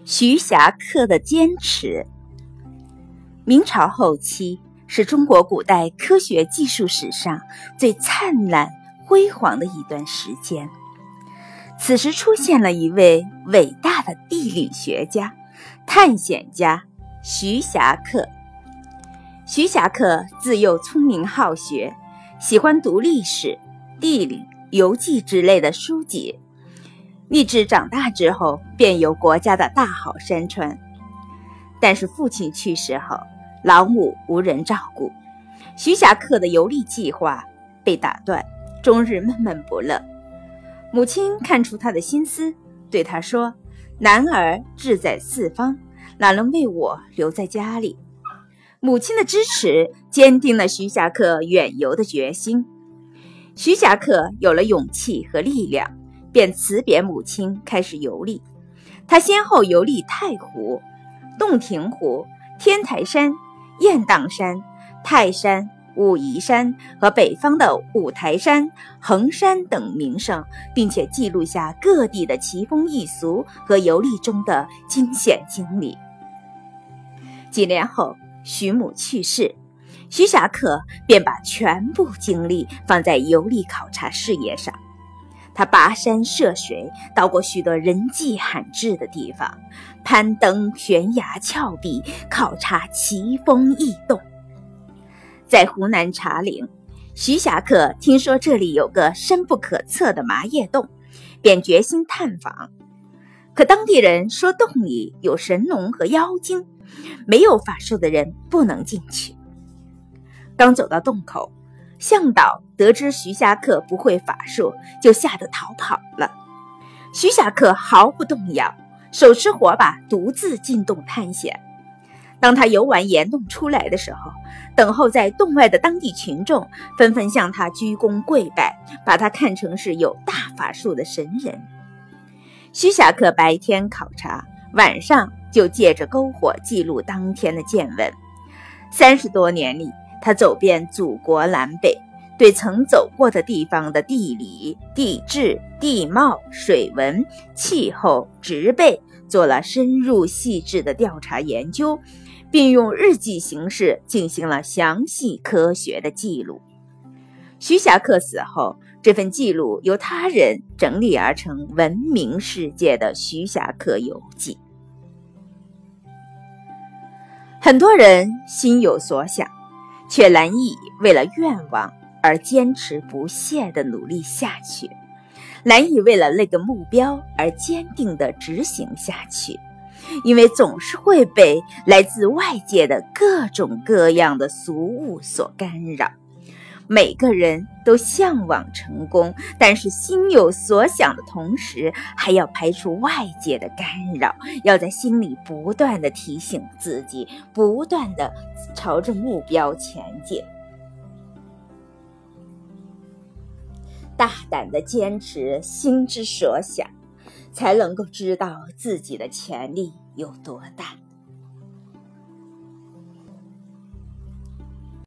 徐霞客的坚持。明朝后期是中国古代科学技术史上最灿烂辉煌的一段时间。此时出现了一位伟大的地理学家、探险家徐霞客。徐霞客自幼聪明好学，喜欢读历史、地理、游记之类的书籍。立志长大之后便游国家的大好山川，但是父亲去世后，老母无人照顾，徐霞客的游历计划被打断，终日闷闷不乐。母亲看出他的心思，对他说：“男儿志在四方，哪能为我留在家里？”母亲的支持坚定了徐霞客远游的决心。徐霞客有了勇气和力量，便辞别母亲开始游历。他先后游历太湖、洞庭湖、天台山、雁荡山、泰山、武夷山和北方的五台山、衡山等名胜，并且记录下各地的奇风异俗和游历中的惊险经历。几年后，徐母去世，徐霞客便把全部精力放在游历考察事业上。他跋山涉水，到过许多人迹罕至的地方，攀登悬崖峭壁，考察奇峰异洞。在湖南茶陵，徐霞客听说这里有个深不可测的麻叶洞，便决心探访。可当地人说洞里有神龙和妖精，没有法术的人不能进去。刚走到洞口，向导得知徐霞客不会法术，就吓得逃跑了。徐霞客毫不动摇，手持火把独自进洞探险。当他游完岩洞出来的时候，等候在洞外的当地群众纷纷向他鞠躬跪拜，把他看成是有大法术的神人。徐霞客白天考察，晚上就借着篝火记录当天的见闻。30多年里，他走遍祖国南北，对曾走过的地方的地理、地质、地貌、水文、气候、植被做了深入细致的调查研究，并用日记形式进行了详细科学的记录。徐霞客死后，这份记录由他人整理而成闻名世界的徐霞客游记。很多人心有所想，却难以为了愿望而坚持不懈地努力下去，难以为了那个目标而坚定地执行下去，因为总是会被来自外界的各种各样的俗物所干扰。每个人都向往成功，但是心有所想的同时，还要排除外界的干扰，要在心里不断地提醒自己，不断地朝着目标前进。大胆地坚持心之所想，才能够知道自己的潜力有多大。